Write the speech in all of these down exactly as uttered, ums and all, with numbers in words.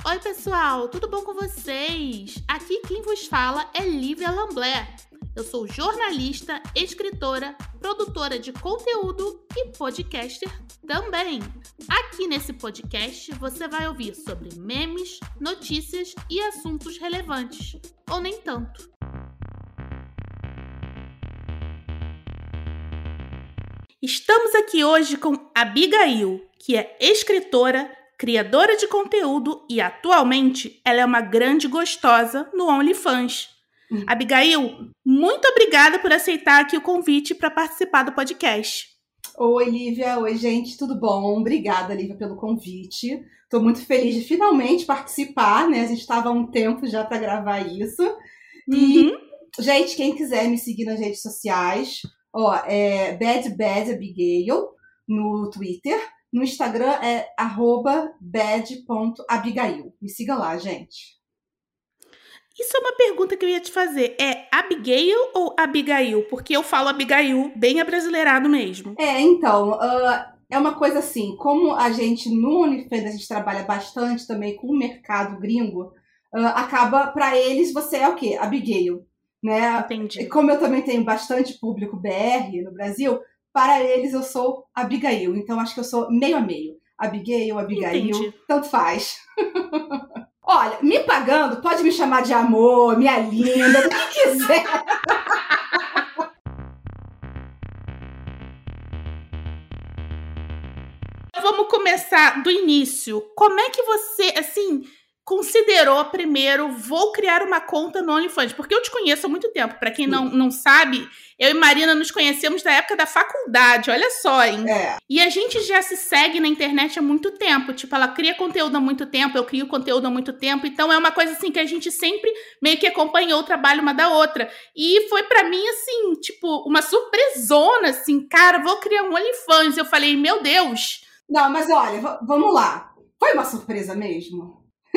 Oi, pessoal, tudo bom com vocês? Aqui quem vos fala é Lívia Lamblé. Eu sou jornalista, escritora, produtora de conteúdo e podcaster também. Aqui nesse podcast você vai ouvir sobre memes, notícias e assuntos relevantes, ou nem tanto. Estamos aqui hoje com Abigail, que é escritora, criadora de conteúdo e atualmente ela é uma grande gostosa no OnlyFans. Hum. Abigail, muito obrigada por aceitar aqui o convite para participar do podcast. Oi, Lívia. Oi, gente. Tudo bom? Obrigada, Lívia, pelo convite. Estou muito feliz de finalmente participar, né? A gente estava há um tempo já para gravar isso. E, uhum. gente, quem quiser me seguir nas redes sociais, ó, é Bad Bad Abigail no Twitter. No Instagram é arroba bad ponto abigail. Me siga lá, gente. Isso é uma pergunta que eu ia te fazer. É Abigail ou Abigail? Porque eu falo Abigail bem abrasileirado mesmo. É, então, uh, é uma coisa assim, como a gente no OnlyFans, a gente trabalha bastante também com o mercado gringo, uh, acaba, para eles, você é o quê? Abigail, né? Entendi. Como eu também tenho bastante público B R no Brasil, para eles eu sou Abigail. Então, acho que eu sou meio a meio. Abigail, Abigail, Entendi. Tanto faz. Olha, me pagando, pode me chamar de amor, minha linda, o que quiser. Vamos começar do início. Como é que você, assim, considerou primeiro, vou criar uma conta no OnlyFans? Porque eu te conheço há muito tempo. Para quem não, não sabe, eu e Marina nos conhecemos da época da faculdade. Olha só, hein? É. E a gente já se segue na internet há muito tempo. Tipo, ela cria conteúdo há muito tempo, eu crio conteúdo há muito tempo. Então, é uma coisa, assim, que a gente sempre meio que acompanhou o trabalho uma da outra. E foi pra mim, assim, tipo, uma surpresona, assim. Cara, vou criar um OnlyFans. Eu falei, meu Deus... Não, mas olha, v- vamos lá. Foi uma surpresa mesmo?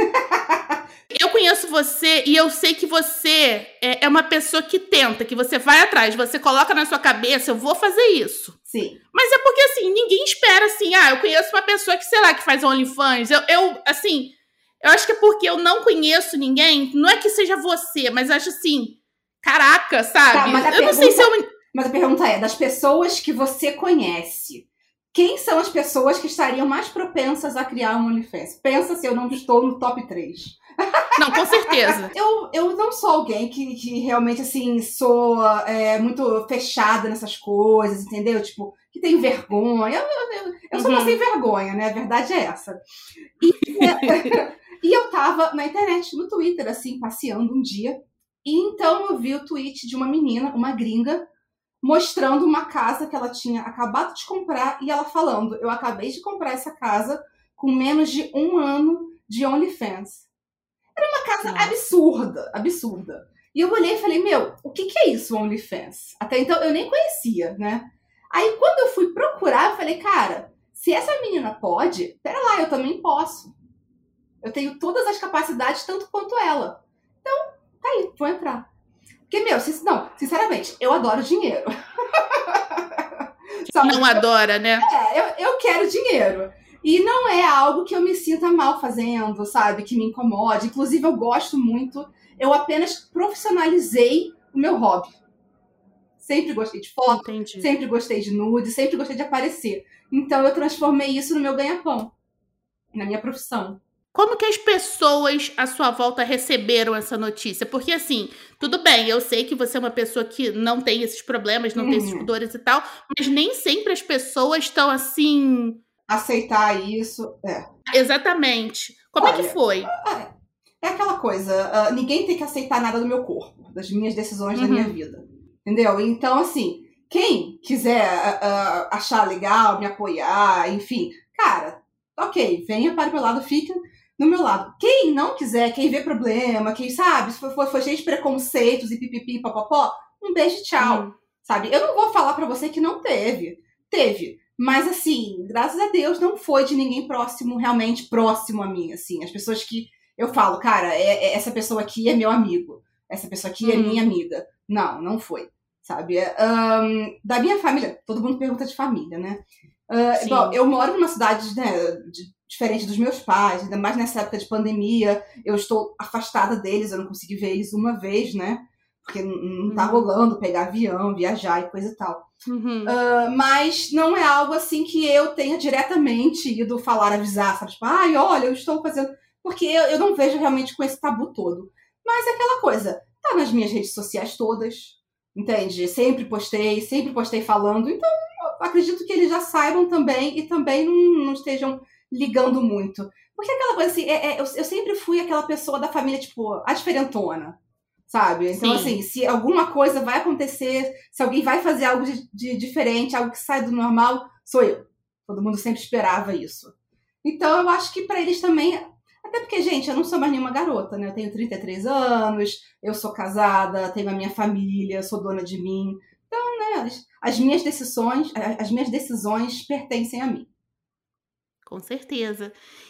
Eu conheço você e eu sei que você é, é uma pessoa que tenta, que você vai atrás, você coloca na sua cabeça, eu vou fazer isso. Sim. Mas é porque, assim, ninguém espera, assim, ah, eu conheço uma pessoa que, sei lá, que faz OnlyFans. Eu, eu, assim, eu acho que é porque eu não conheço ninguém, não é que seja você, mas acho assim, caraca, sabe? Tá, mas a eu pergunta, não sei se eu... Mas a pergunta é, das pessoas que você conhece, quem são as pessoas que estariam mais propensas a criar um OnlyFans? Pensa se eu não estou no top três. Não, com certeza. eu, eu não sou alguém que, que realmente, assim, sou é, muito fechada nessas coisas, entendeu? Tipo, que tem vergonha. Eu, eu, eu sou uhum. uma sem vergonha, né? A verdade é essa. E, e eu tava na internet, no Twitter, assim, passeando um dia. E então eu vi o tweet de uma menina, uma gringa, mostrando uma casa que ela tinha acabado de comprar e ela falando, eu acabei de comprar essa casa com menos de um ano de OnlyFans. Era uma casa Nossa. absurda, absurda. E eu olhei e falei, meu, o que, que é isso, OnlyFans? Até então eu nem conhecia, né? Aí quando eu fui procurar, eu falei, cara, se essa menina pode, pera lá, eu também posso. Eu tenho todas as capacidades, tanto quanto ela. Então, tá aí, vou entrar. Porque, meu, não, sinceramente, eu adoro dinheiro. Sabe? Não adora, né? É, eu, eu quero dinheiro. E não é algo que eu me sinta mal fazendo, sabe? Que me incomode. Inclusive, eu gosto muito. Eu apenas profissionalizei o meu hobby. Sempre gostei de foto, Entendi. Sempre gostei de nude, sempre gostei de aparecer. Então, eu transformei isso no meu ganha-pão. Na minha profissão. Como que as pessoas à sua volta receberam essa notícia? Porque, assim, tudo bem, eu sei que você é uma pessoa que não tem esses problemas, não uhum. tem esses pudores e tal, mas nem sempre as pessoas estão, assim... Aceitar isso, é. Exatamente. Como Olha, é que foi? É, é aquela coisa, uh, ninguém tem que aceitar nada do meu corpo, das minhas decisões, uhum. da minha vida. Entendeu? Então, assim, quem quiser uh, achar legal, me apoiar, enfim, cara, ok, venha para o meu lado, fique... no meu lado. Quem não quiser, quem vê problema, quem sabe, se for, for, for cheio de preconceitos e pipipi, papapó, um beijo e tchau. Hum. Sabe? Eu não vou falar pra você que não teve. Teve. Mas, assim, graças a Deus, não foi de ninguém próximo, realmente próximo a mim, assim. As pessoas que eu falo, cara, é, é, essa pessoa aqui é meu amigo. Essa pessoa aqui hum. é minha amiga. Não, não foi. Sabe? Um, da minha família, todo mundo pergunta de família, né? Uh, bom, eu moro numa cidade, né, de diferente dos meus pais, ainda mais nessa época de pandemia, eu estou afastada deles, eu não consegui ver eles uma vez, né? Porque não tá Uhum. rolando pegar avião, viajar e coisa e tal. Uhum. Uh, mas não é algo assim que eu tenha diretamente ido falar, avisar, sabe? Tipo, ai, olha, eu estou fazendo... Porque eu, eu não vejo realmente com esse tabu todo. Mas é aquela coisa, tá nas minhas redes sociais todas, entende? Sempre postei, sempre postei falando, então eu acredito que eles já saibam também e também não, não estejam ligando muito. Porque aquela coisa assim, é, é, eu, eu sempre fui aquela pessoa da família, tipo, a diferentona, sabe? Então, Sim. assim, se alguma coisa vai acontecer, se alguém vai fazer algo de, de diferente, algo que sai do normal, sou eu. Todo mundo sempre esperava isso. Então, eu acho que pra eles também... Até porque, gente, eu não sou mais nenhuma garota, né? Eu tenho trinta e três anos, eu sou casada, tenho a minha família, sou dona de mim. Então, né, as, as minhas decisões, as minhas decisões pertencem a mim. Com certeza.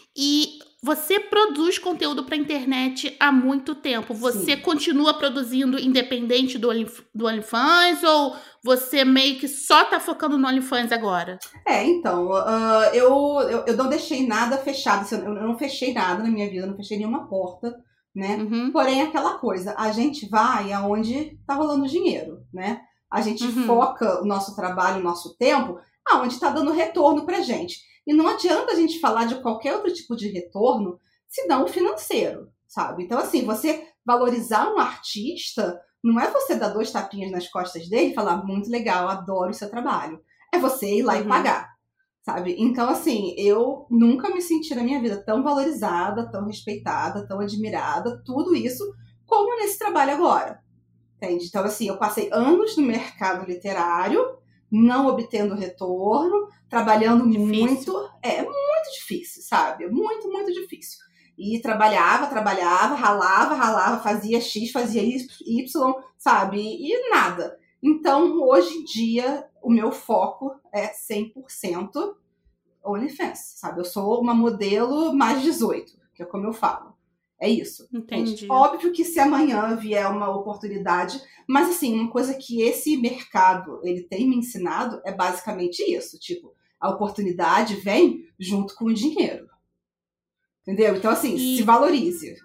E você produz conteúdo para a internet há muito tempo. Você Sim. continua produzindo independente do, Only, do OnlyFans ou você meio que só tá focando no OnlyFans agora? É, então, uh, eu, eu, eu não deixei nada fechado. Assim, eu não fechei nada na minha vida, não fechei nenhuma porta, né? Uhum. Porém, aquela coisa, a gente vai aonde tá rolando dinheiro, né? A gente Uhum. foca o nosso trabalho, o nosso tempo, aonde tá dando retorno pra gente. E não adianta a gente falar de qualquer outro tipo de retorno, senão o financeiro, sabe? Então, assim, você valorizar um artista não é você dar dois tapinhas nas costas dele e falar, muito legal, adoro o seu trabalho. É você ir lá Uhum. e pagar, sabe? Então, assim, eu nunca me senti na minha vida tão valorizada, tão respeitada, tão admirada, tudo isso, como nesse trabalho agora, entende? Então, assim, eu passei anos no mercado literário, não obtendo retorno, trabalhando Difícil. muito. É muito difícil, sabe? Muito, muito difícil. E trabalhava, trabalhava, ralava, ralava, fazia X, fazia Y, sabe? E nada. Então, hoje em dia, o meu foco é cem por cento OnlyFans, sabe? Eu sou uma modelo mais dezoito, que é como eu falo. É isso. Entendi. Gente, óbvio que se amanhã vier uma oportunidade, mas assim, uma coisa que esse mercado ele tem me ensinado é basicamente isso, tipo, a oportunidade vem junto com o dinheiro. Entendeu? Então assim, E... se valorize.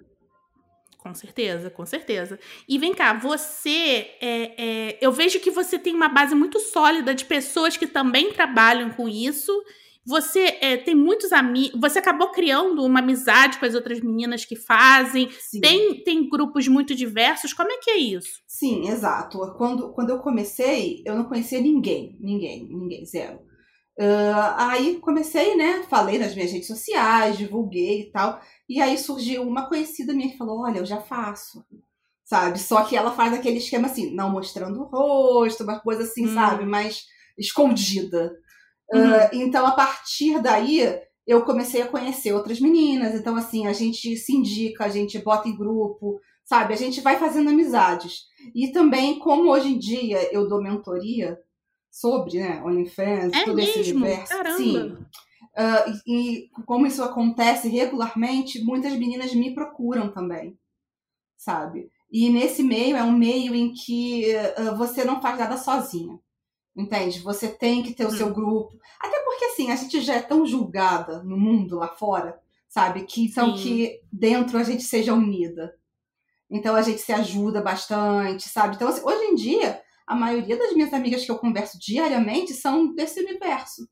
Com certeza, com certeza. E vem cá, você, é, é, eu vejo que você tem uma base muito sólida de pessoas que também trabalham com isso. Você é, tem muitos amigos, você acabou criando uma amizade com as outras meninas que fazem. Tem, tem grupos muito diversos. Como é que é isso? Sim, exato. Quando, quando eu comecei, eu não conhecia ninguém, ninguém, ninguém, zero. Uh, aí comecei, né? Falei nas minhas redes sociais, divulguei e tal. E aí surgiu uma conhecida minha que falou: olha, eu já faço, sabe? Só que ela faz aquele esquema assim, não mostrando o rosto, uma coisa assim, hum. sabe? Mais escondida. Uhum. Uh, então, a partir daí, eu comecei a conhecer outras meninas. Então, assim, a gente se indica, a gente bota em grupo, sabe? A gente vai fazendo amizades. E também, como hoje em dia eu dou mentoria sobre, né, OnlyFans, é todo mesmo? esse universo. Caramba. Sim. Uh, e, e como isso acontece regularmente, muitas meninas me procuram também, sabe? E nesse meio é um meio em que uh, você não faz nada sozinha, entende? Você tem que ter o hum. seu grupo. Até porque, assim, a gente já é tão julgada no mundo lá fora, sabe? Que, então, Sim. que dentro a gente seja unida. Então, a gente se ajuda bastante, sabe? Então, assim, hoje em dia, a maioria das minhas amigas que eu converso diariamente são desse universo.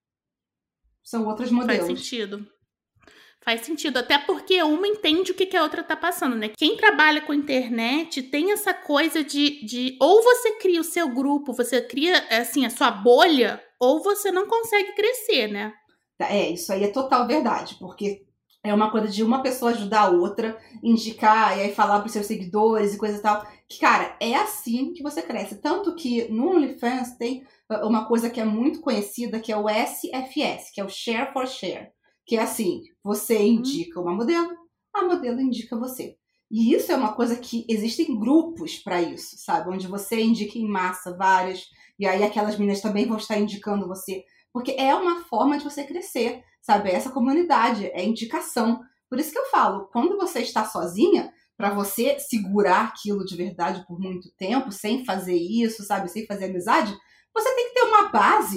São outros modelos. Faz sentido. Faz sentido, até porque uma entende o que a outra tá passando, né? Quem trabalha com internet tem essa coisa de, de... Ou você cria o seu grupo, você cria, assim, a sua bolha, ou você não consegue crescer, né? É, isso aí é total verdade, porque é uma coisa de uma pessoa ajudar a outra, indicar e aí falar pros seus seguidores e coisa e tal. Que, cara, é assim que você cresce. Tanto que no OnlyFans tem uma coisa que é muito conhecida, que é o S F S, que é o Share for Share. Que é assim, você indica uma modelo, a modelo indica você. E isso é uma coisa que existem grupos para isso, sabe? Onde você indica em massa várias, e aí aquelas meninas também vão estar indicando você. Porque é uma forma de você crescer, sabe? Essa comunidade, é indicação. Por isso que eu falo, quando você está sozinha, para você segurar aquilo de verdade por muito tempo, sem fazer isso, sabe? Sem fazer amizade, você tem que ter uma base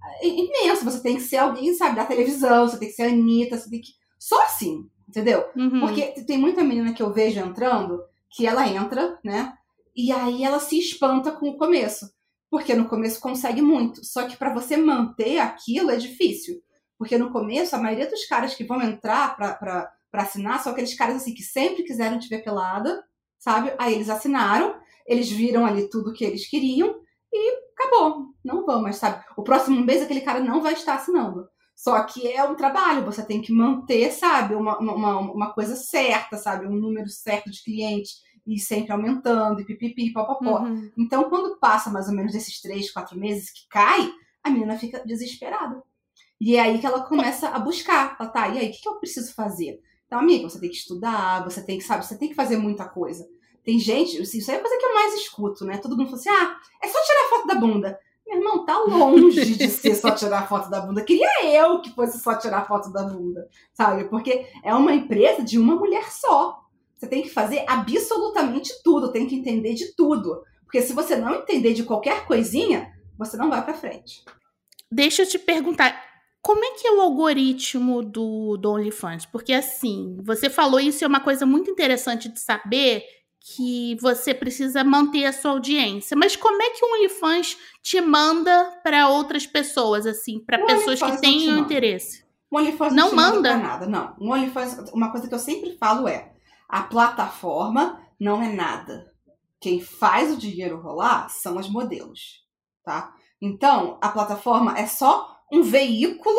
imenso. Você tem que ser alguém, sabe, da televisão, você tem que ser a Anitta, você tem que... Só assim, entendeu? Uhum. Porque tem muita menina que eu vejo entrando, que ela entra, né? E aí ela se espanta com o começo. Porque no começo consegue muito. Só que pra você manter aquilo é difícil. Porque no começo, a maioria dos caras que vão entrar pra, pra, pra assinar são aqueles caras assim que sempre quiseram te ver pelada, sabe? Aí eles assinaram, eles viram ali tudo que eles queriam e acabou. Não vão mais, sabe? O próximo mês aquele cara não vai estar assinando. Só que é um trabalho, você tem que manter, sabe? Uma, uma, uma coisa certa, sabe? Um número certo de clientes e sempre aumentando, e pipipi, popopó. Uhum. Então, quando passa mais ou menos esses três, quatro meses que cai, a menina fica desesperada. E é aí que ela começa a buscar. Ela tá, e aí, o que, que eu preciso fazer? Então, amiga, você tem que estudar, você tem que, sabe, você tem que fazer muita coisa. Tem gente, isso é a coisa que eu mais escuto, né? Todo mundo fala assim, ah, é só tirar foto da bunda. Meu irmão, tá longe de ser só tirar foto da bunda. Queria eu que fosse só tirar foto da bunda, sabe? Porque é uma empresa de uma mulher só. Você tem que fazer absolutamente tudo, tem que entender de tudo. Porque se você não entender de qualquer coisinha, você não vai pra frente. Deixa eu te perguntar, como é que é o algoritmo do, do OnlyFans? Porque assim, você falou isso, é uma coisa muito interessante de saber, que você precisa manter a sua audiência. Mas como é que o OnlyFans te manda para outras pessoas, assim, para pessoas que tenham interesse? O OnlyFans não, não te manda pra nada, não. O OnlyFans, uma coisa que eu sempre falo é, a plataforma não é nada. Quem faz o dinheiro rolar são as modelos, tá? Então, a plataforma é só um veículo,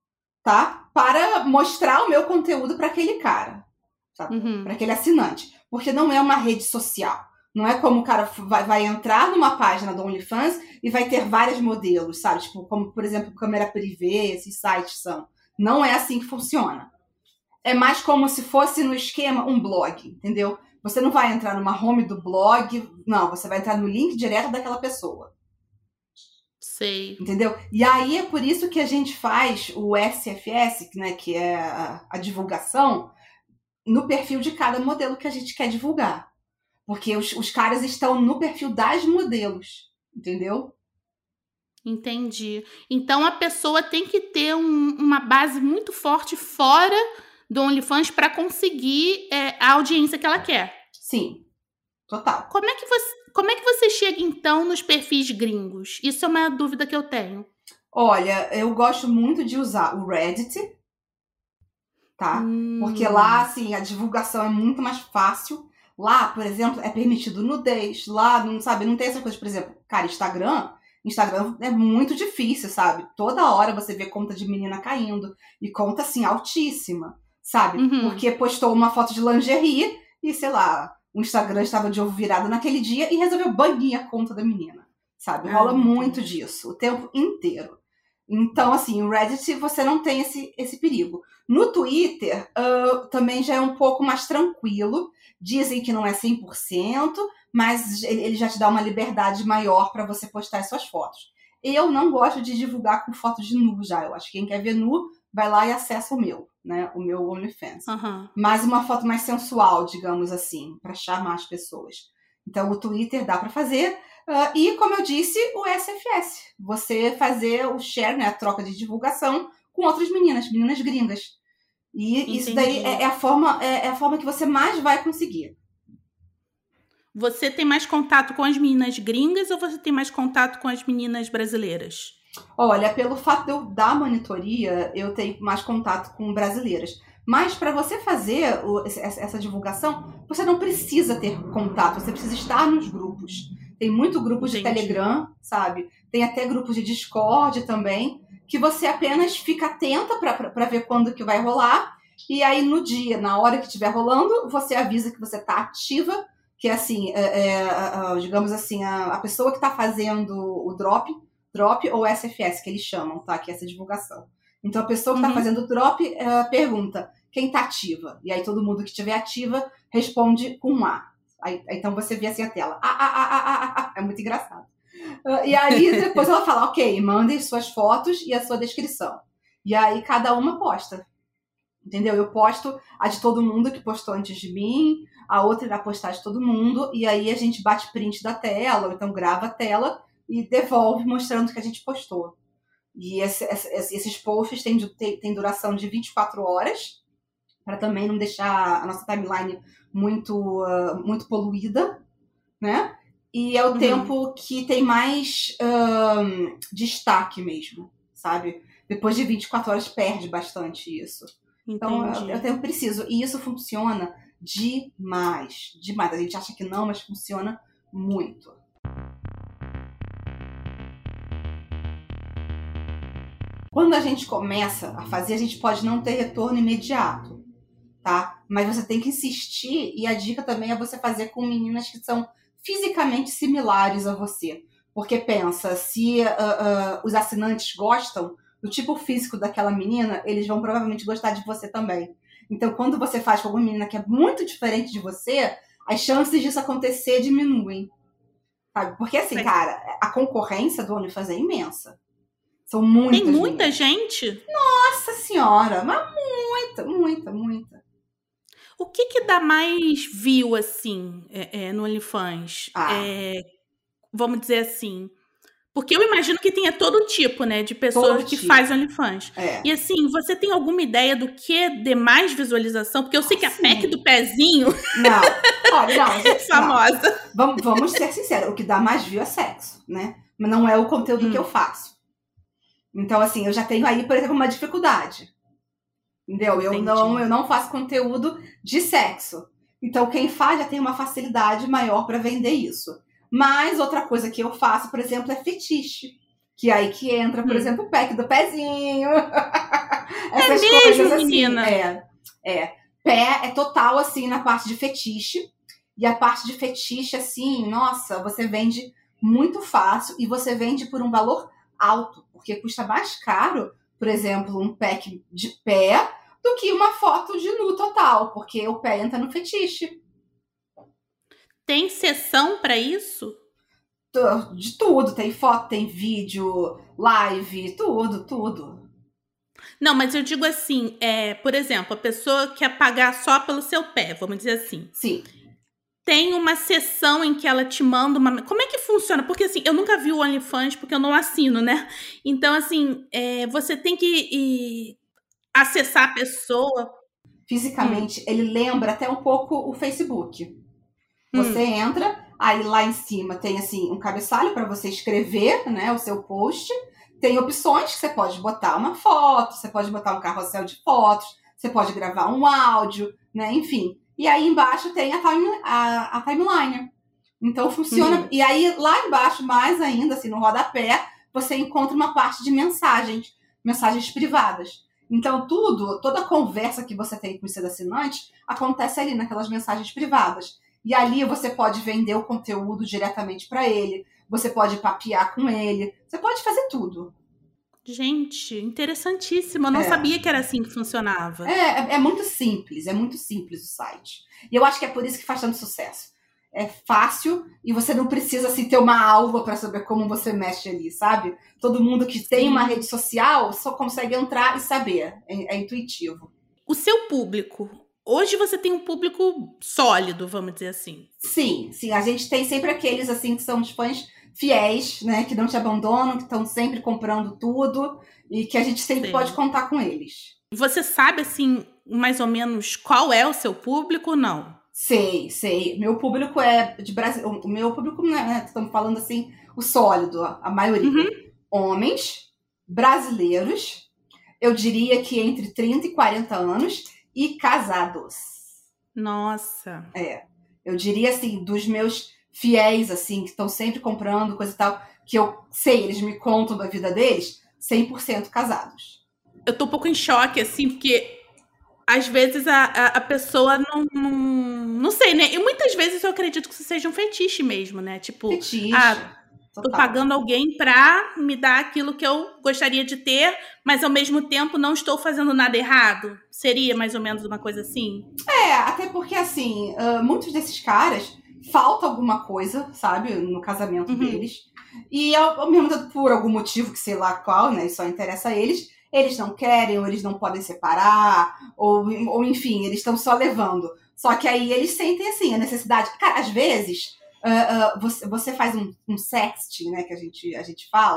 tá? Para mostrar o meu conteúdo para aquele cara, sabe? Uhum. Para aquele assinante. Porque não é uma rede social. Não é como o cara vai, vai entrar numa página do OnlyFans e vai ter vários modelos, sabe? Tipo, como, por exemplo, câmera privê, esses sites são. Não é assim que funciona. É mais como se fosse no esquema um blog, entendeu? Você não vai entrar numa home do blog, não. Você vai entrar no link direto daquela pessoa. Sei. Entendeu? E aí é por isso que a gente faz o S F S, né, que é a, a divulgação, no perfil de cada modelo que a gente quer divulgar. Porque os, os caras estão no perfil das modelos, entendeu? Entendi. Então a pessoa tem que ter um, uma base muito forte fora do OnlyFans para conseguir é, a audiência que ela quer. Sim, total. Como é que você, como é que você chega, então, nos perfis gringos? Isso é uma dúvida que eu tenho. Olha, eu gosto muito de usar o Reddit, tá? Hum. Porque lá, assim, a divulgação é muito mais fácil. Lá, por exemplo, é permitido nudez. Lá, não sabe, não tem essas coisas. Por exemplo, cara, Instagram... Instagram é muito difícil, sabe? Toda hora você vê conta de menina caindo. E conta, assim, altíssima, sabe? Uhum. Porque postou uma foto de lingerie e, sei lá, o Instagram estava de ovo virado naquele dia e resolveu banir a conta da menina, sabe? Rola ah, muito disso, o tempo inteiro. Então, assim, o Reddit você não tem esse, esse perigo. No Twitter, uh, também já é um pouco mais tranquilo. Dizem que não é cem por cento, mas ele já te dá uma liberdade maior para você postar as suas fotos. Eu não gosto de divulgar com foto de nu já. Eu acho que quem quer ver nu, vai lá e acessa o meu, né? O meu OnlyFans. Uhum. Mas uma foto mais sensual, digamos assim, para chamar as pessoas. Então, o Twitter dá para fazer. Uh, e, como eu disse, o S F S. Você fazer o share, né? A troca de divulgação com outras meninas, meninas gringas. E Entendi. Isso daí é, é, a forma, é, é a forma que você mais vai conseguir. Você tem mais contato com as meninas gringas ou você tem mais contato com as meninas brasileiras? Olha, pelo fato de eu dar monitoria, eu tenho mais contato com brasileiras. Mas para você fazer o, essa divulgação, você não precisa ter contato, você precisa estar nos grupos. Tem muito grupos de Telegram, sabe? Tem até grupos de Discord também, que você apenas fica atenta para ver quando que vai rolar. E aí, no dia, na hora que estiver rolando, você avisa que você está ativa, que é assim, é, é, digamos assim, a, a pessoa que está fazendo o drop, drop ou S F S, que eles chamam, tá? Que é essa divulgação. Então, a pessoa que está uhum. fazendo o drop uh, pergunta quem está ativa. E aí, todo mundo que estiver ativa responde com um A. Aí, então, você vê assim a tela. Ah, ah, ah, ah, ah, ah. É muito engraçado. Uh, e aí, depois ela fala, ok, mandem suas fotos e a sua descrição. E aí, cada uma posta. Entendeu? Eu posto a de todo mundo que postou antes de mim, a outra irá postar de todo mundo, e aí a gente bate print da tela, ou então grava a tela e devolve mostrando que a gente postou. E esse, esse, esses posts têm, têm duração de vinte e quatro horas, para também não deixar a nossa timeline muito, uh, muito poluída, né? E é o uhum. tempo que tem mais um, destaque mesmo, sabe? Depois de vinte e quatro horas perde bastante isso. Entendi. Então, é, é o tempo preciso. E isso funciona demais, demais. A gente acha que não, mas funciona muito. Quando a gente começa a fazer, a gente pode não ter retorno imediato, tá? Mas você tem que insistir, e a dica também é você fazer com meninas que são fisicamente similares a você. Porque pensa, se uh, uh, os assinantes gostam do tipo físico daquela menina, eles vão provavelmente gostar de você também. Então, quando você faz com alguma menina que é muito diferente de você, as chances disso acontecer diminuem. Sabe? Porque assim, cara, a concorrência do OnlyFans é imensa. São muitas Tem muita meninas. gente? Nossa senhora, mas muita, muita, muita. O que que dá mais view, assim, é, é, no OnlyFans? Ah. É, vamos dizer assim... Porque eu imagino que tenha todo tipo, né, de pessoas todo que tipo. fazem OnlyFans. É. E assim, você tem alguma ideia do que dê mais visualização? Porque eu sei que a Sim. P E C do pezinho... Não, olha, não. É famosa. Não. Vamos, vamos ser sinceros, o que dá mais view é sexo, né? Mas não é o conteúdo hum. que eu faço. Então, assim, eu já tenho aí, por exemplo, uma dificuldade. Entendeu? Eu não, eu não faço conteúdo de sexo. Então, quem faz já tem uma facilidade maior para vender isso. Mas outra coisa que eu faço, por exemplo, é fetiche. Que aí que entra, por hum. exemplo, o pack do pezinho. Essas é mesmo, coisas assim. Menina? É, é. Pé é total, assim, na parte de fetiche. E a parte de fetiche, assim, nossa, você vende muito fácil e você vende por um valor alto. Porque custa mais caro, por exemplo, um pack de pé do que uma foto de nu total. Porque o pé entra no fetiche. Tem sessão para isso? De tudo. Tem foto, tem vídeo, live, tudo, tudo. Não, mas eu digo assim, é, por exemplo, a pessoa quer pagar só pelo seu pé, vamos dizer assim. Sim. Tem uma sessão em que ela te manda uma... Como é que funciona? Porque assim, eu nunca vi o OnlyFans porque eu não assino, né? Então, assim, é, você tem que ir acessar a pessoa. Fisicamente, hum. ele lembra até um pouco o Facebook. Você hum. entra, aí lá em cima tem assim um cabeçalho para você escrever, né, o seu post. Tem opções que você pode botar uma foto, você pode botar um carrossel de fotos, você pode gravar um áudio, né, enfim. E aí embaixo tem a, time, a, a timeline. Então funciona. Uhum. E aí lá embaixo, mais ainda, assim, no rodapé, você encontra uma parte de mensagens, mensagens privadas. Então tudo, toda a conversa que você tem com os seus assinantes acontece ali naquelas mensagens privadas. E ali você pode vender o conteúdo diretamente para ele, você pode papear com ele, você pode fazer tudo. Gente, interessantíssimo. Eu não é. sabia que era assim que funcionava. É, é, é muito simples, é muito simples o site. E eu acho que é por isso que faz tanto sucesso. É fácil e você não precisa assim, ter uma aula para saber como você mexe ali, sabe? Todo mundo que tem Sim. uma rede social só consegue entrar e saber. É, é intuitivo. O seu público... Hoje você tem um público sólido, vamos dizer assim. Sim, sim. A gente tem sempre aqueles, assim, que são os fãs fiéis, né? Que não te abandonam, que estão sempre comprando tudo e que a gente sempre Sim. pode contar com eles. Você sabe, assim, mais ou menos qual é o seu público ou não? Sei, sei. Meu público é de Brasil. O meu público, né? Estamos falando, assim, o sólido, a maioria. Uhum. Homens, brasileiros, eu diria que entre trinta e quarenta anos... E casados. Nossa. É. Eu diria, assim, dos meus fiéis, assim, que estão sempre comprando coisa e tal, que eu sei, eles me contam da vida deles, cem por cento casados. Eu tô um pouco em choque, assim, porque às vezes a, a, a pessoa não, não... Não sei, né? E muitas vezes eu acredito que isso seja um fetiche mesmo, né? Tipo, fetiche. Ah, Total. Tô pagando alguém pra me dar aquilo que eu gostaria de ter, mas ao mesmo tempo não estou fazendo nada errado. Seria mais ou menos uma coisa assim? É, até porque, assim, uh, muitos desses caras, falta alguma coisa, sabe, no casamento uhum. deles. E ao, ao mesmo tempo, por algum motivo, que sei lá qual, né, isso só interessa a eles, eles não querem, ou eles não podem separar, ou, ou enfim, eles estão só levando. Só que aí eles sentem, assim, a necessidade. Cara, às vezes... Uh, uh, você, você faz um, um sexting, né, que a gente, a gente fala,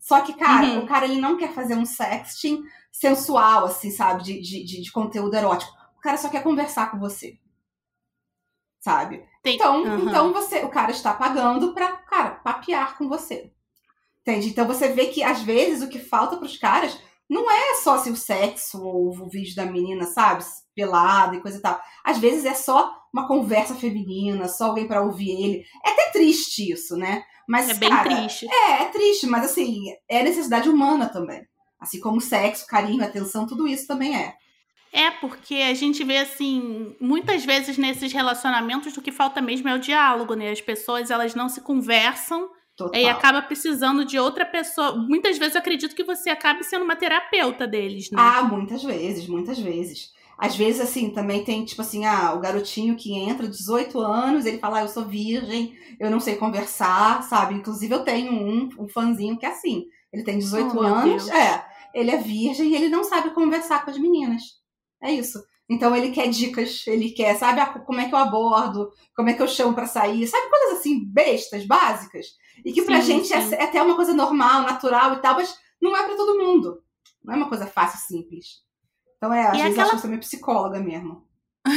Só que, cara, Uhum. o cara ele não quer fazer um sexting sensual, assim, sabe? De, de, de, de conteúdo erótico. O cara só quer conversar com você. Sabe? Tem... Então, Uhum. então você, o cara está pagando pra, cara, papear com você. Entende? Então você vê que, às vezes, o que falta pros caras não é só assim, o sexo ou o vídeo da menina, sabe? Pelada e coisa e tal. Às vezes é só uma conversa feminina, só alguém pra ouvir ele. É até triste isso, né? Mas, É bem cara, triste. É, é triste, mas assim, é necessidade humana também. Assim como sexo, carinho, atenção, tudo isso também é. É, porque a gente vê, assim, muitas vezes nesses relacionamentos o que falta mesmo é o diálogo, né? As pessoas, elas não se conversam Total. e acaba precisando de outra pessoa. Muitas vezes eu acredito que você acabe sendo uma terapeuta deles, né? Ah, muitas vezes, muitas vezes. Às vezes, assim, também tem, tipo assim, ah, o garotinho que entra, dezoito anos, ele fala, ah, eu sou virgem, eu não sei conversar, sabe? Inclusive, eu tenho um, um fãzinho que é assim, ele tem dezoito Oh, meu anos, Deus. é, ele é virgem e ele não sabe conversar com as meninas. É isso. Então, ele quer dicas, ele quer, sabe, ah, como é que eu abordo, como é que eu chamo pra sair, sabe? Coisas assim, bestas, básicas, e que pra Sim, gente é, sim. é até uma coisa normal, natural e tal, mas não é pra todo mundo. Não é uma coisa fácil, simples. Então, é, às E vezes aquela- acho que eu sou meio psicóloga mesmo.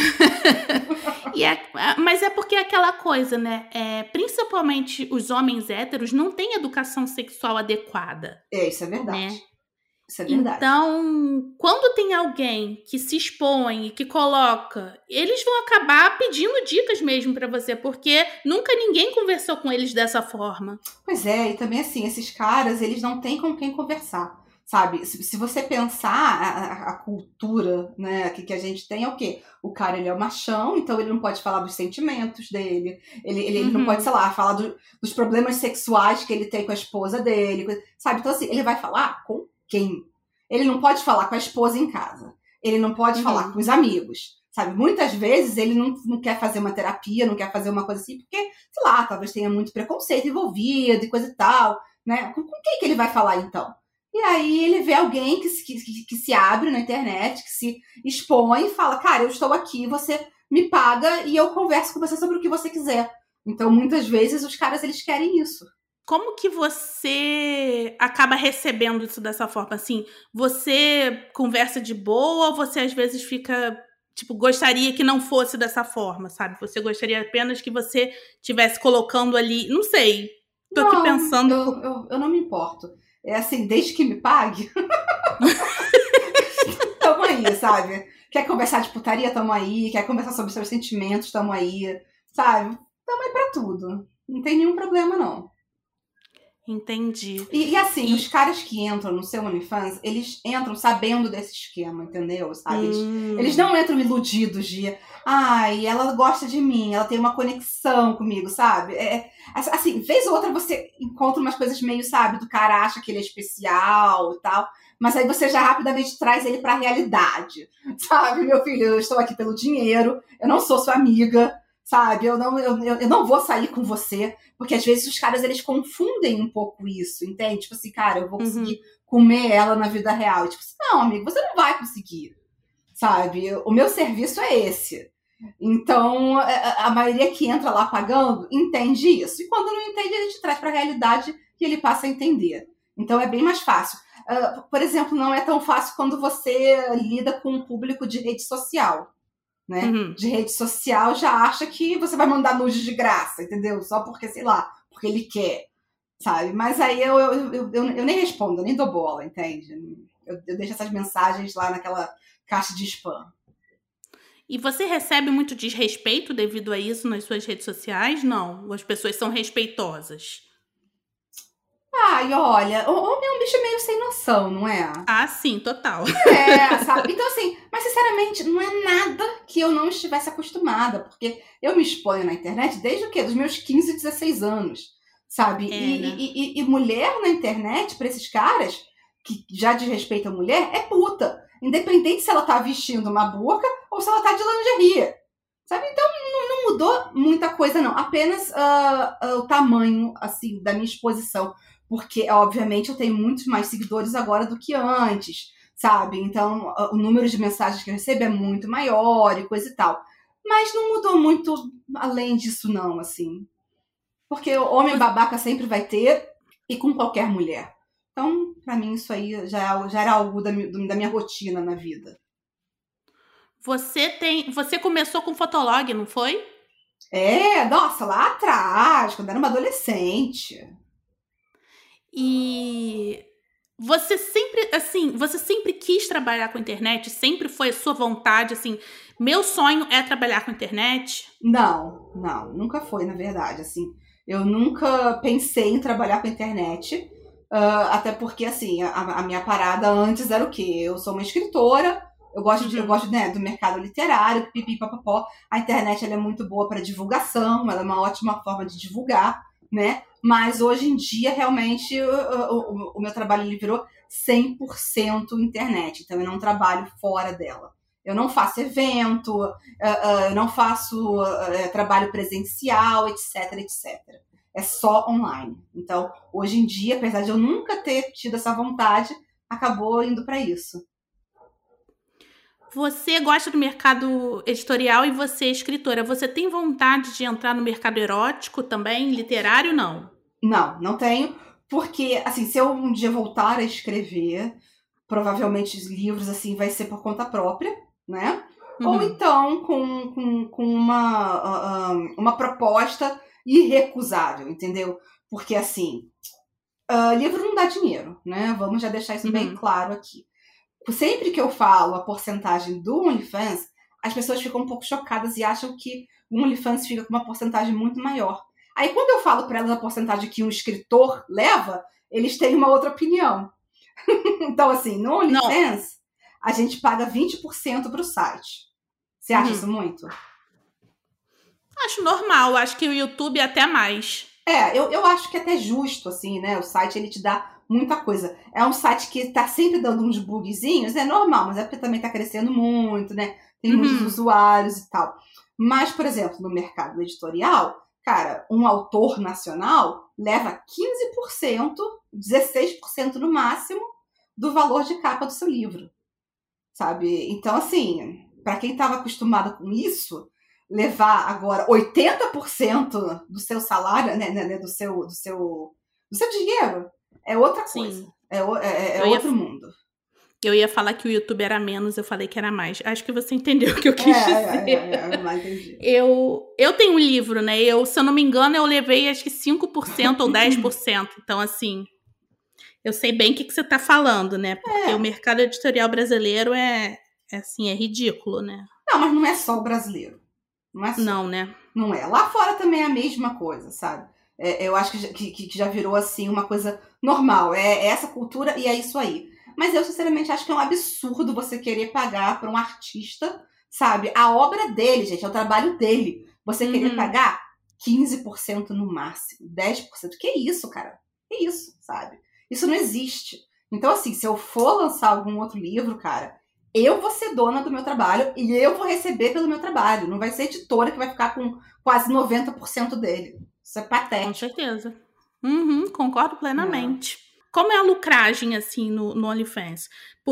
E é- mas é porque é aquela coisa, né? É, principalmente os homens héteros não têm educação sexual adequada. É, isso é verdade. Né? Isso é verdade. Então, quando tem alguém que se expõe e que coloca, eles vão acabar pedindo dicas mesmo pra você, porque nunca ninguém conversou com eles dessa forma. Pois é, e também assim, esses caras, eles não têm com quem conversar, sabe? Se, se você pensar a, a, a cultura, né, que, que a gente tem é o quê? O cara, ele é o machão, então ele não pode falar dos sentimentos dele, ele, ele, ele não Uhum. pode, sei lá, falar do, dos problemas sexuais que ele tem com a esposa dele, coisa- sabe? Então assim, ele vai falar com quem? Ele não pode falar com a esposa em casa, ele não pode Uhum. falar com os amigos, sabe? Muitas vezes ele não, não quer fazer uma terapia, não quer fazer uma coisa assim, porque sei lá, talvez tenha muito preconceito envolvido e coisa e tal, né? Com, com quem que ele vai falar, então? E aí ele vê alguém que, se- que, que se abre na internet, que se expõe e fala, cara, eu estou aqui, você me paga e eu converso com você sobre o que você quiser. Então, muitas vezes, os caras, eles querem isso. Como que você acaba recebendo isso dessa forma? Assim, você conversa de boa ou você às vezes fica, tipo, gostaria que não fosse dessa forma, sabe? Você gostaria apenas que você estivesse colocando ali, não sei. Tô aqui Não, pensando. eu, eu, eu não me importo. É assim, desde que me pague. Tamo aí, sabe? Quer conversar de putaria? Tamo aí. Quer conversar sobre seus sentimentos? Tamo aí. Sabe? Tamo aí pra tudo. Não tem nenhum problema, não. Entendi. E, e assim, E- os caras que entram no seu OnlyFans, eles entram sabendo desse esquema, entendeu? Sabe? Eles, Hum. eles não entram iludidos de, ai, ela gosta de mim, ela tem uma conexão comigo, sabe? É, assim, vez ou outra você encontra umas coisas meio, sabe, do cara acha que ele é especial e tal, mas aí você já rapidamente traz ele pra realidade, sabe? Meu filho, eu estou aqui pelo dinheiro, eu não sou sua amiga, sabe? Eu não, eu, eu não vou sair com você. Porque às vezes os caras, eles confundem um pouco isso, entende? Tipo assim, cara, eu vou conseguir Uhum. comer ela na vida real. E, tipo assim, não, amigo, você não vai conseguir, sabe? O meu serviço é esse. Então, a, a maioria que entra lá pagando, entende isso. E quando não entende, ele te traz pra realidade e ele passa a entender. Então, é bem mais fácil. Uh, por exemplo, não é tão fácil quando você lida com um público de rede social. Né? Uhum. De rede social já acha que você vai mandar nude de graça, entendeu? Só porque, sei lá, porque ele quer, sabe? Mas aí eu, eu, eu, eu, eu nem respondo, eu nem dou bola, entende? Eu, eu deixo essas mensagens lá naquela caixa de spam. E você recebe muito desrespeito devido a isso nas suas redes sociais? Não? Ou as pessoas são respeitosas? Ai, olha, o homem é um bicho meio sem noção, não é? Ah, sim, total. É, sabe? Então, assim, mas sinceramente, não é nada que eu não estivesse acostumada, porque eu me exponho na internet desde o quê? Dos meus quinze, dezesseis anos, sabe? É, e, né? e, e, e mulher na internet, pra esses caras que já desrespeitam a mulher, é puta. Independente se ela tá vestindo uma burca ou se ela tá de lingerie. Sabe? Então, não, não mudou muita coisa, não. Apenas uh, uh, o tamanho, assim, da minha exposição. Porque, obviamente, eu tenho muitos mais seguidores agora do que antes, sabe? Então, o número de mensagens que eu recebo é muito maior e coisa e tal. Mas não mudou muito além disso, não, assim. Porque o homem babaca sempre vai ter, e com qualquer mulher. Então, pra mim, isso aí já, já era algo da, da minha rotina na vida. Você tem, você começou com Fotolog, não foi? É, nossa, lá atrás, quando eu era uma adolescente. E você sempre, assim, você sempre quis trabalhar com internet? Sempre foi a sua vontade, assim, meu sonho é trabalhar com internet? Não, não, nunca foi, na verdade, assim. Eu nunca pensei em trabalhar com internet, uh, até porque, assim, a, a minha parada antes era o quê? Eu sou uma escritora, eu gosto, de, eu gosto né, do mercado literário, pipi, papapó. A internet ela é muito boa para divulgação, ela é uma ótima forma de divulgar, né? Mas hoje em dia, realmente, o, o, o meu trabalho ele virou cem por cento internet, então eu não trabalho fora dela. Eu não faço evento, uh, uh, eu não faço uh, trabalho presencial, etc, etcétera. É só online. Então, hoje em dia, apesar de eu nunca ter tido essa vontade, acabou indo para isso. Você gosta do mercado editorial e você é escritora. Você tem vontade de entrar no mercado erótico também? Literário, não? Não, não tenho. Porque, assim, se eu um dia voltar a escrever, provavelmente os livros, assim, vai ser por conta própria, né? Uhum. Ou então com, com, com uma, uh, uma proposta irrecusável, entendeu? Porque, assim, uh, livro não dá dinheiro, né? Vamos já deixar isso uhum. bem claro aqui. Sempre que eu falo a porcentagem do OnlyFans, as pessoas ficam um pouco chocadas e acham que o OnlyFans fica com uma porcentagem muito maior. Aí, quando eu falo para elas a porcentagem que um escritor leva, eles têm uma outra opinião. Então, assim, no OnlyFans, não. A gente paga vinte por cento pro site. Você acha uhum. isso muito? Acho normal. Acho que o YouTube até mais. É, eu, eu acho que é até justo, assim, né? O site, ele te dá muita coisa. É um site que tá sempre dando uns bugzinhos, é normal, mas é porque também tá crescendo muito, né? Tem uhum. muitos usuários e tal. Mas, por exemplo, no mercado editorial, cara, um autor nacional leva quinze por cento, dezesseis por cento no máximo, do valor de capa do seu livro. Sabe? Então, assim, para quem estava acostumado com isso, levar agora oitenta por cento do seu salário, né, né, do seu, do seu, do seu dinheiro, é outra coisa. Sim. É, é, é outro ia, mundo. Eu ia falar que o YouTube era menos, eu falei que era mais. Acho que você entendeu o que eu quis é, dizer. É, é, é, eu entendi. Eu, eu tenho um livro, né? Eu, se eu não me engano, eu levei acho que cinco por cento ou dez por cento. Então, assim, eu sei bem o que, que você está falando, né? Porque é. o mercado editorial brasileiro é, é, assim, é ridículo, né? Não, mas não é só o brasileiro. Não é só. Não, né? Não é. Lá fora também é a mesma coisa, sabe? É, eu acho que, que, que já virou, assim, uma coisa normal. É, é essa cultura e é isso aí. Mas eu, sinceramente, acho que é um absurdo você querer pagar para um artista, sabe? A obra dele, gente, é o trabalho dele. Você uhum. querer pagar quinze por cento no máximo, dez por cento. Que isso, cara? Que isso, sabe? Isso não existe. Então, assim, se eu for lançar algum outro livro, cara, eu vou ser dona do meu trabalho e eu vou receber pelo meu trabalho. Não vai ser a editora que vai ficar com quase noventa por cento dele. Isso é patético. Com certeza. Uhum, concordo plenamente. É. Como é a lucragem, assim, no, no OnlyFans?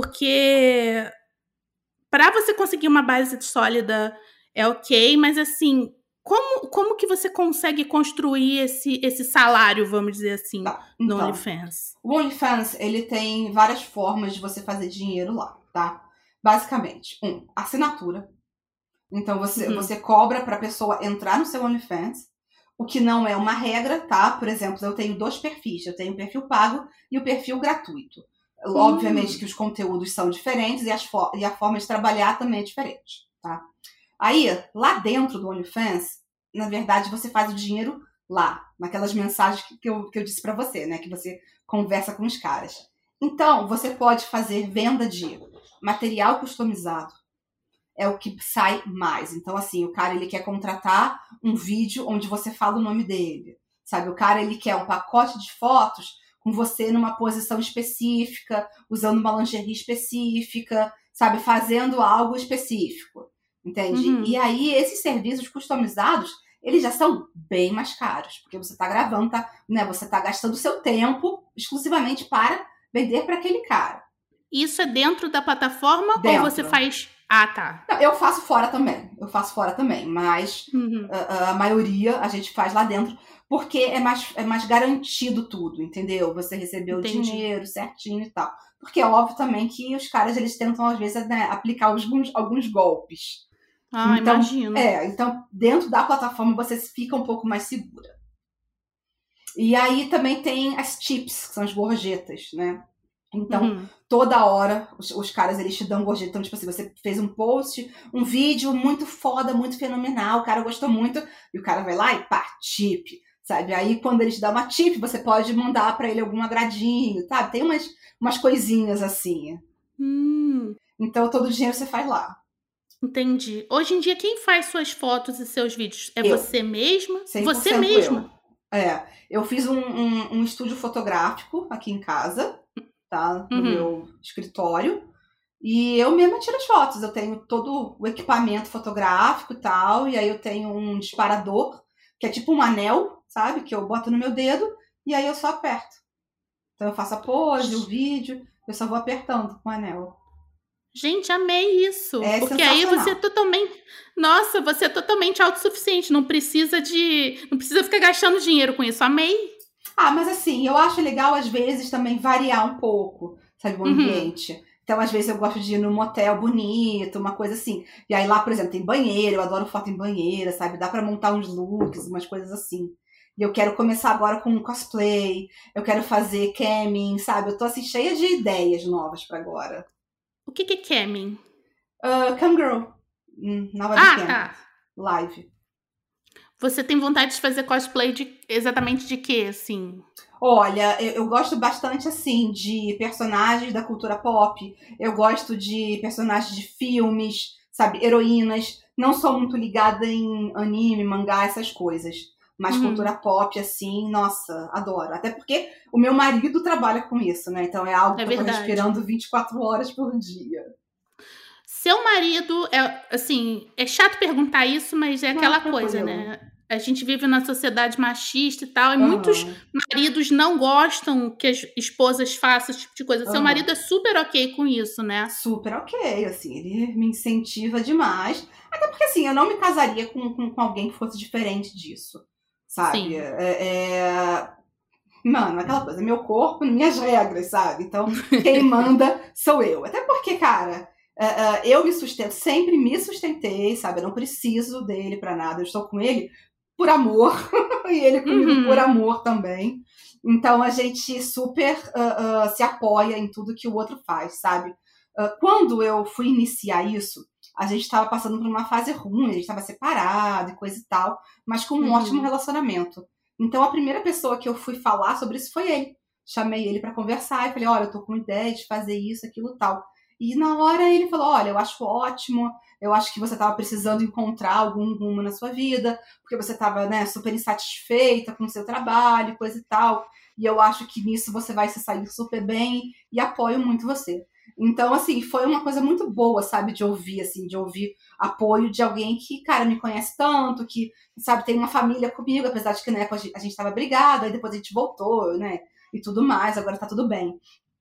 Porque para você conseguir uma base sólida é ok, mas, assim, como, como que você consegue construir esse, esse salário, vamos dizer assim, tá, então, no OnlyFans? O OnlyFans, ele tem várias formas de você fazer dinheiro lá, tá? Basicamente, um, assinatura. Então, você, uhum. você cobra para a pessoa entrar no seu OnlyFans, o que não é uma regra, tá? Por exemplo, eu tenho dois perfis. Eu tenho o perfil pago e o perfil gratuito. Hum. Obviamente que os conteúdos são diferentes e, as fo- e a forma de trabalhar também é diferente, tá? Aí, lá dentro do OnlyFans, na verdade, você faz o dinheiro lá, naquelas mensagens que eu, que eu disse pra você, né? Que você conversa com os caras. Então, você pode fazer venda de material customizado. É o que sai mais. Então, assim, o cara, ele quer contratar um vídeo onde você fala o nome dele, sabe? O cara, ele quer um pacote de fotos com você numa posição específica, usando uma lingerie específica, sabe? Fazendo algo específico, entende? Uhum. E aí, esses serviços customizados, eles já são bem mais caros, porque você tá gravando, tá, né? Você tá gastando seu tempo exclusivamente para vender para aquele cara. Isso é dentro da plataforma dentro. ou você faz... Ah, tá. Não, eu faço fora também. Eu faço fora também. Mas Uhum. a, a maioria a gente faz lá dentro. Porque é mais, é mais garantido tudo, entendeu? Você recebeu o Entendi. dinheiro certinho e tal. Porque é óbvio também que os caras, eles tentam, às vezes, né, aplicar alguns, alguns golpes. Ah, Então, imagino. é, então, dentro da plataforma você fica um pouco mais segura. E aí também tem as tips, que são as gorjetas, né? Então, Uhum. toda hora, os, os caras, eles te dão gorjeta. Então, tipo assim, você fez um post, um vídeo muito foda, muito fenomenal, o cara gostou muito, e o cara vai lá e pá, tip, sabe? Aí, quando ele te dá uma tip, você pode mandar pra ele algum agradinho, sabe? Tem umas, umas coisinhas assim. Hum, Então, todo o dinheiro você faz lá. entendi. Hoje em dia, quem faz suas fotos e seus vídeos? É Eu. você mesma? cem por Você cento eu. mesma? É, eu fiz um, um, um estúdio fotográfico aqui em casa, tá? No Uhum. meu escritório. E eu mesma tiro as fotos. Eu tenho todo o equipamento fotográfico e tal. E aí eu tenho um disparador, que é tipo um anel, sabe? Que eu boto no meu dedo e aí eu só aperto. Então eu faço a pose, o vídeo, eu só vou apertando com o anel. Gente, amei isso. É Porque aí você é sensacional. totalmente. Nossa, você é totalmente autossuficiente. Não precisa de. Não precisa ficar gastando dinheiro com isso. Amei. Ah, mas assim, eu acho legal às vezes também variar um pouco, sabe, o Uhum. ambiente. Então, às vezes eu gosto de ir num motel bonito, uma coisa assim. E aí lá, por exemplo, tem banheiro, eu adoro foto em banheira, sabe? Dá pra montar uns looks, umas coisas assim. E eu quero começar agora com cosplay, eu quero fazer camming, sabe? Eu tô assim cheia de ideias novas pra agora. O que que é camming? Uh, Cam Girl, hum, na Ah, webcam, tá. live. Você tem vontade de fazer cosplay de exatamente de quê, assim? Olha, eu, eu gosto bastante, assim, de personagens da cultura pop. Eu gosto de personagens de filmes, sabe? Heroínas. Não sou muito ligada em anime, mangá, essas coisas. Mas Uhum. cultura pop, assim, nossa, adoro. Até porque o meu marido trabalha com isso, né? Então é algo É que eu tô verdade. respirando vinte e quatro horas por dia. Seu marido é, assim, é chato perguntar isso, mas é Não, aquela coisa, tranquilo. né? A gente vive na sociedade machista e tal, e muitos Aham, maridos não gostam que as esposas façam esse tipo de coisa. Seu marido aham. é super ok com isso, né? Super ok, assim, ele me incentiva demais. Até porque, assim, eu não me casaria com, com, com alguém que fosse diferente disso, sabe? Sim. É, é... Mano, aquela coisa, meu corpo, minhas regras, sabe? Então, quem manda sou eu. Até porque, cara, é, é, eu me sustento, sempre me sustentei, sabe? Eu não preciso dele pra nada, eu estou com ele por amor, e ele comigo por Uhum. amor também. Então, a gente super uh, uh, se apoia em tudo que o outro faz, sabe? Uh, quando eu fui iniciar isso, a gente estava passando por uma fase ruim, a gente estava separado e coisa e tal, mas com um ótimo Uhum. relacionamento. Então a primeira pessoa que eu fui falar sobre isso foi ele. Chamei ele para conversar e falei: olha, eu tô com ideia de fazer isso, aquilo e tal. E na hora ele falou: olha, eu acho ótimo, eu acho que você estava precisando encontrar algum rumo na sua vida, porque você estava, né, super insatisfeita com o seu trabalho, coisa e tal. E eu acho que nisso você vai se sair super bem e apoio muito você. Então, assim, foi uma coisa muito boa, sabe, de ouvir, assim, de ouvir apoio de alguém que, cara, me conhece tanto, que, sabe, tem uma família comigo, apesar de que na época a gente estava brigado, aí depois a gente voltou, né, e tudo mais, agora tá tudo bem.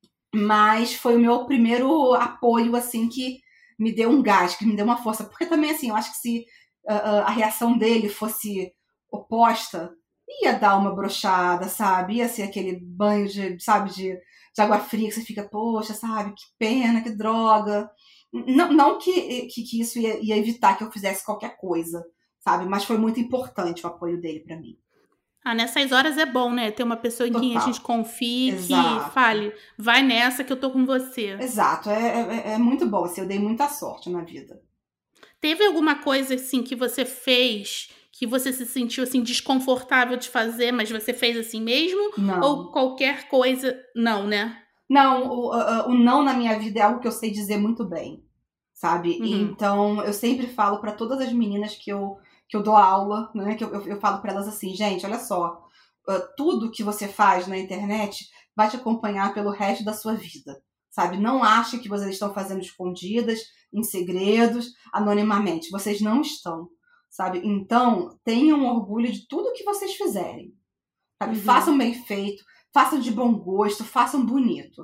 Mas foi o meu primeiro apoio, assim, que me deu um gás, que me deu uma força. Porque também, assim, eu acho que se uh, a reação dele fosse oposta, ia dar uma brochada, sabe? Ia ser aquele banho de, sabe, de, de água fria que você fica, poxa, sabe, que pena, que droga. Não, não que, que, que isso ia, ia evitar que eu fizesse qualquer coisa, sabe? Mas foi muito importante o apoio dele pra mim. Ah, nessas horas é bom, né? Ter uma pessoa em quem a Total. gente confie, que Exato. fale, vai nessa que eu tô com você. Exato. É, é, é muito bom. Assim, eu dei muita sorte na vida. Teve alguma coisa assim que você fez que você se sentiu assim desconfortável de fazer, mas você fez assim mesmo? Ou Não. qualquer coisa, não, né? Não, o, o, o não na minha vida é algo que eu sei dizer muito bem, sabe? Uhum. Então, eu sempre falo para todas as meninas que eu, que eu dou aula, né? Que eu, eu, eu falo para elas assim, gente, olha só, uh, tudo que você faz na internet vai te acompanhar pelo resto da sua vida, sabe? Não ache que vocês estão fazendo escondidas, em segredos, anonimamente. Vocês não estão, sabe? Então, tenham orgulho de tudo que vocês fizerem. Sabe? Uhum. Façam bem feito, façam de bom gosto, façam bonito.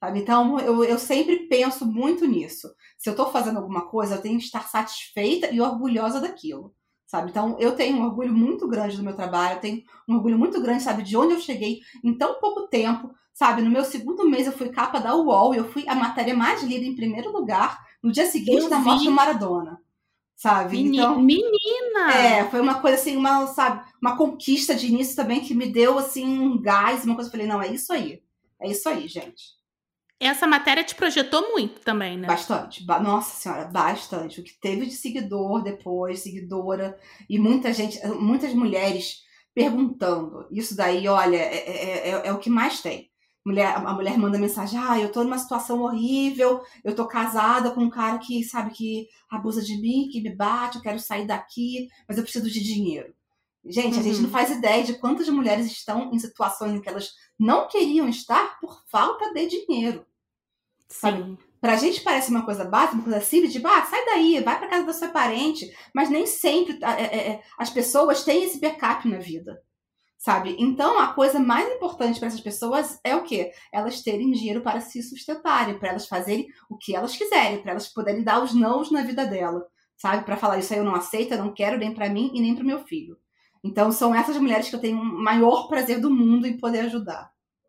sabe? Então, eu, eu sempre penso muito nisso. Se eu tô fazendo alguma coisa, eu tenho que estar satisfeita e orgulhosa daquilo, sabe? Então, eu tenho um orgulho muito grande do meu trabalho, eu tenho um orgulho muito grande, sabe, de onde eu cheguei em tão pouco tempo, sabe? No meu segundo mês, eu fui capa da U O L, eu fui a matéria mais lida em primeiro lugar no dia seguinte Eu da morte vi. do Maradona, sabe? Meni- Então, Menina! é, foi uma coisa assim, uma, sabe, uma conquista de início também que me deu, assim, um gás, uma coisa que eu falei, não, é isso aí. É isso aí, gente. Essa matéria te projetou muito também, né? Bastante. Ba- Nossa senhora, bastante. O que teve de seguidor depois, seguidora, e muita gente, muitas mulheres perguntando. Isso daí, olha, é, é, é, é o que mais tem. Mulher, a mulher manda mensagem, ah, eu tô numa situação horrível, eu tô casada com um cara que, sabe, que abusa de mim, que me bate, eu quero sair daqui, mas eu preciso de dinheiro. Gente, a gente não Uhum. faz ideia de quantas mulheres estão em situações em que elas não queriam estar por falta de dinheiro. Sabe? Sim. Pra gente parece uma coisa básica, uma coisa simples, tipo, ah, sai daí, vai pra casa da sua parente. Mas nem sempre é, é, é, as pessoas têm esse backup na vida, sabe? Então, a coisa mais importante para essas pessoas é o quê? Elas terem dinheiro para se sustentarem, para elas fazerem o que elas quiserem, para elas poderem dar os nãos na vida dela, sabe? Para falar, isso aí eu não aceito, eu não quero nem para mim e nem para o meu filho. Então, são essas mulheres que eu tenho o maior prazer do mundo em poder ajudar.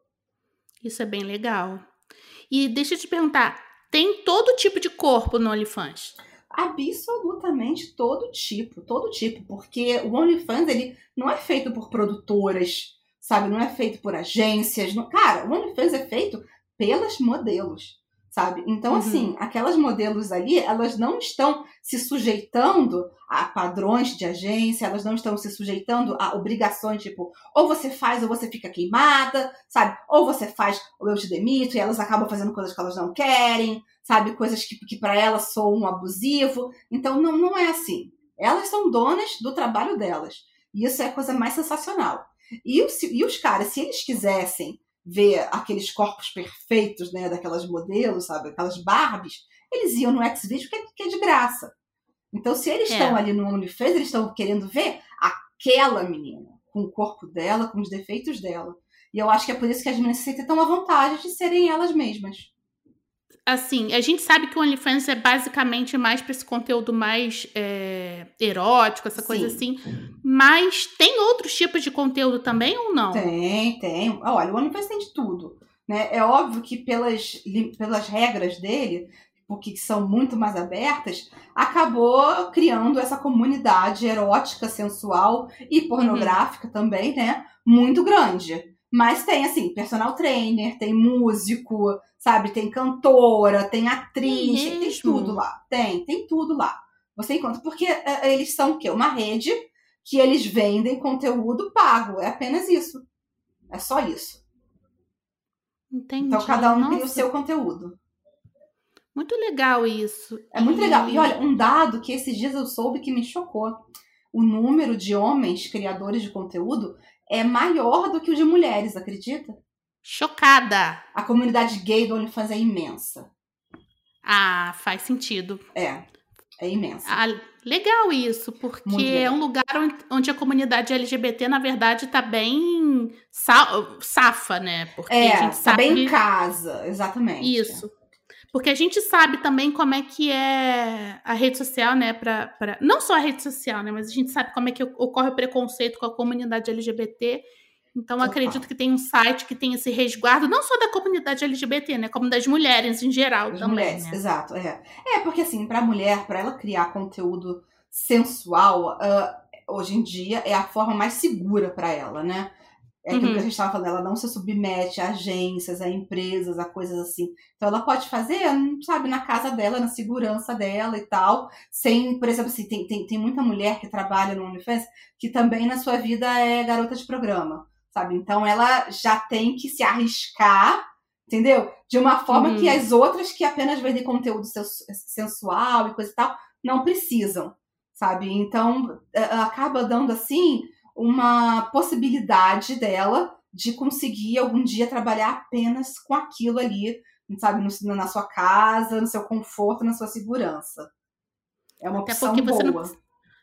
Isso é bem legal. E deixa eu te perguntar, tem todo tipo de corpo no OnlyFans? Absolutamente todo tipo, todo tipo, porque o OnlyFans, ele não é feito por produtoras, sabe? Não é feito por agências. Não... Cara, o OnlyFans é feito pelas modelos, sabe? Então, Uhum. assim, aquelas modelos ali, elas não estão se sujeitando a padrões de agência, elas não estão se sujeitando a obrigações, tipo, ou você faz ou você fica queimada, sabe? Ou você faz ou eu te demito, e elas acabam fazendo coisas que elas não querem, sabe? Coisas que, que para elas soam um abusivo. Então, não, não é assim. Elas são donas do trabalho delas. E isso é a coisa mais sensacional. E, o, e os caras, se eles quisessem ver aqueles corpos perfeitos, né, daquelas modelos, sabe? Aquelas Barbies, eles iam no Xvideo, que é, que é de graça. Então, se eles estão É. ali no OnlyFans, eles estão querendo ver aquela menina, com o corpo dela, com os defeitos dela. E eu acho que é por isso que as meninas se sentem tão à vontade de serem elas mesmas. Assim, a gente sabe que o OnlyFans é basicamente mais para esse conteúdo mais é, erótico, essa coisa Sim. assim. Mas tem outros tipos de conteúdo também ou não? Tem, tem. Olha, o OnlyFans tem de tudo, né? É óbvio que pelas, pelas regras dele, porque são muito mais abertas, acabou criando essa comunidade erótica, sensual e pornográfica uhum. também, né? Muito grande. Mas tem, assim, personal trainer, tem músico, sabe? Tem cantora, tem atriz, é tem, tem tudo lá. Tem, tem tudo lá. Você encontra, porque é, eles são o quê? Uma rede que eles vendem conteúdo pago. É apenas isso. É só isso. Entendi. Então, cada um Nossa. cria o seu conteúdo. Muito legal isso. É muito e... legal. E olha, um dado que esses dias eu soube que me chocou. O número de homens criadores de conteúdo é maior do que o de mulheres, acredita? Chocada! A comunidade gay do OnlyFans é imensa. Ah, faz sentido. É, é imensa. Ah, legal isso, porque é um lugar onde a comunidade L G B T, na verdade, tá bem sa- safa, né? Porque é, a gente tá sabe... bem em casa, exatamente. Isso. Porque a gente sabe também como é que é a rede social, né? Pra, pra... Não só a rede social, né? Mas a gente sabe como é que ocorre o preconceito com a comunidade L G B T. Então, Total. Acredito que tem um site que tem esse resguardo, não só da comunidade L G B T, né? Como das mulheres em geral das também, mulheres, né? Exato, é. É, porque assim, pra mulher, pra ela criar conteúdo sensual, uh, hoje em dia, é a forma mais segura pra ela, né? É aquilo uhum. que a gente estava falando, ela não se submete a agências, a empresas, a coisas assim. Então ela pode fazer, sabe, na casa dela, na segurança dela e tal, sem, por exemplo, assim, tem, tem, tem muita mulher que trabalha no OnlyFans que também na sua vida é garota de programa, sabe? Então ela já tem que se arriscar, entendeu? De uma forma uhum. que as outras que apenas vendem conteúdo sensual e coisa e tal, não precisam, sabe? Então acaba dando assim uma possibilidade dela de conseguir algum dia trabalhar apenas com aquilo ali, sabe, no, na sua casa, no seu conforto, na sua segurança. É uma Até opção porque você boa. Não,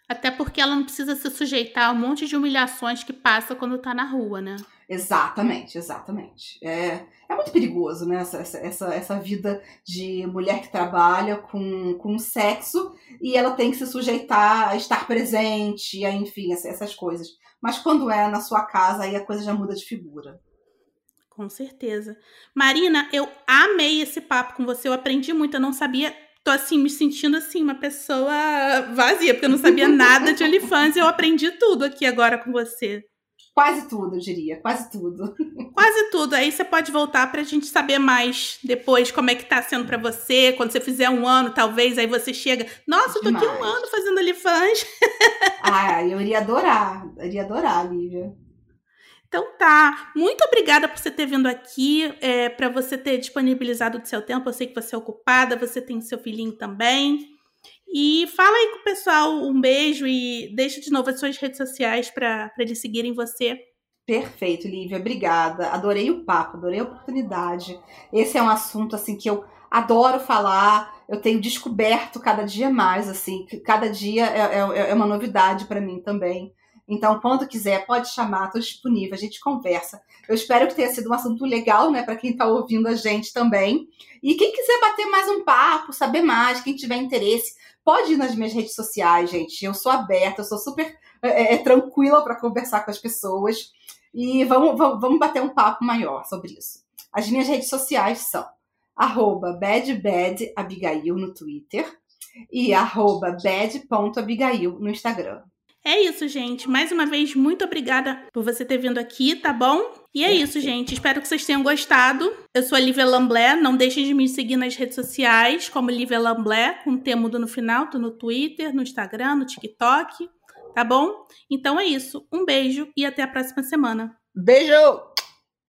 Até porque ela não precisa se sujeitar a um monte de humilhações que passa quando tá na rua, né? Exatamente, exatamente. É, é muito perigoso, né? Essa, essa, essa vida de mulher que trabalha com, com sexo e ela tem que se sujeitar a estar presente, a, enfim, essas coisas. Mas quando é na sua casa, aí a coisa já muda de figura. Com certeza. Marina, eu amei esse papo com você. Eu aprendi muito, eu não sabia... Tô, assim, me sentindo, assim, uma pessoa vazia, porque eu não sabia nada de OnlyFans e eu aprendi tudo aqui agora com você. Quase tudo, eu diria. Quase tudo. Quase tudo. Aí você pode voltar pra gente saber mais depois como é que tá sendo pra você. Quando você fizer um ano, talvez, aí você chega... Nossa, eu tô aqui um ano fazendo OnlyFans. Ah, eu iria adorar. Eu iria adorar, Lívia. Então tá, muito obrigada por você ter vindo aqui, é, para você ter disponibilizado do seu tempo. Eu sei que você é ocupada, você tem seu filhinho também. E fala aí com o pessoal, um beijo e deixa de novo as suas redes sociais para eles seguirem você. Perfeito, Lívia, obrigada. Adorei o papo, adorei a oportunidade. Esse é um assunto assim que eu adoro falar. Eu tenho descoberto cada dia mais, assim, que cada dia é, é, é uma novidade para mim também. Então, quando quiser, pode chamar, estou disponível, a gente conversa. Eu espero que tenha sido um assunto legal, né, para quem está ouvindo a gente também. E quem quiser bater mais um papo, saber mais, quem tiver interesse, pode ir nas minhas redes sociais, gente. Eu sou aberta, eu sou super é, é, tranquila para conversar com as pessoas. E vamos, vamos, vamos bater um papo maior sobre isso. As minhas redes sociais são arroba badbadabigail no Twitter e arroba bad.abigail no Instagram. É isso, gente. Mais uma vez, muito obrigada por você ter vindo aqui, tá bom? E é isso, gente. Espero que vocês tenham gostado. Eu sou a Lívia Lamblé. Não deixem de me seguir nas redes sociais, como Lívia Lamblé, com T mudo no final. Tô no Twitter, no Instagram, no TikTok, tá bom? Então é isso. Um beijo e até a próxima semana. Beijo!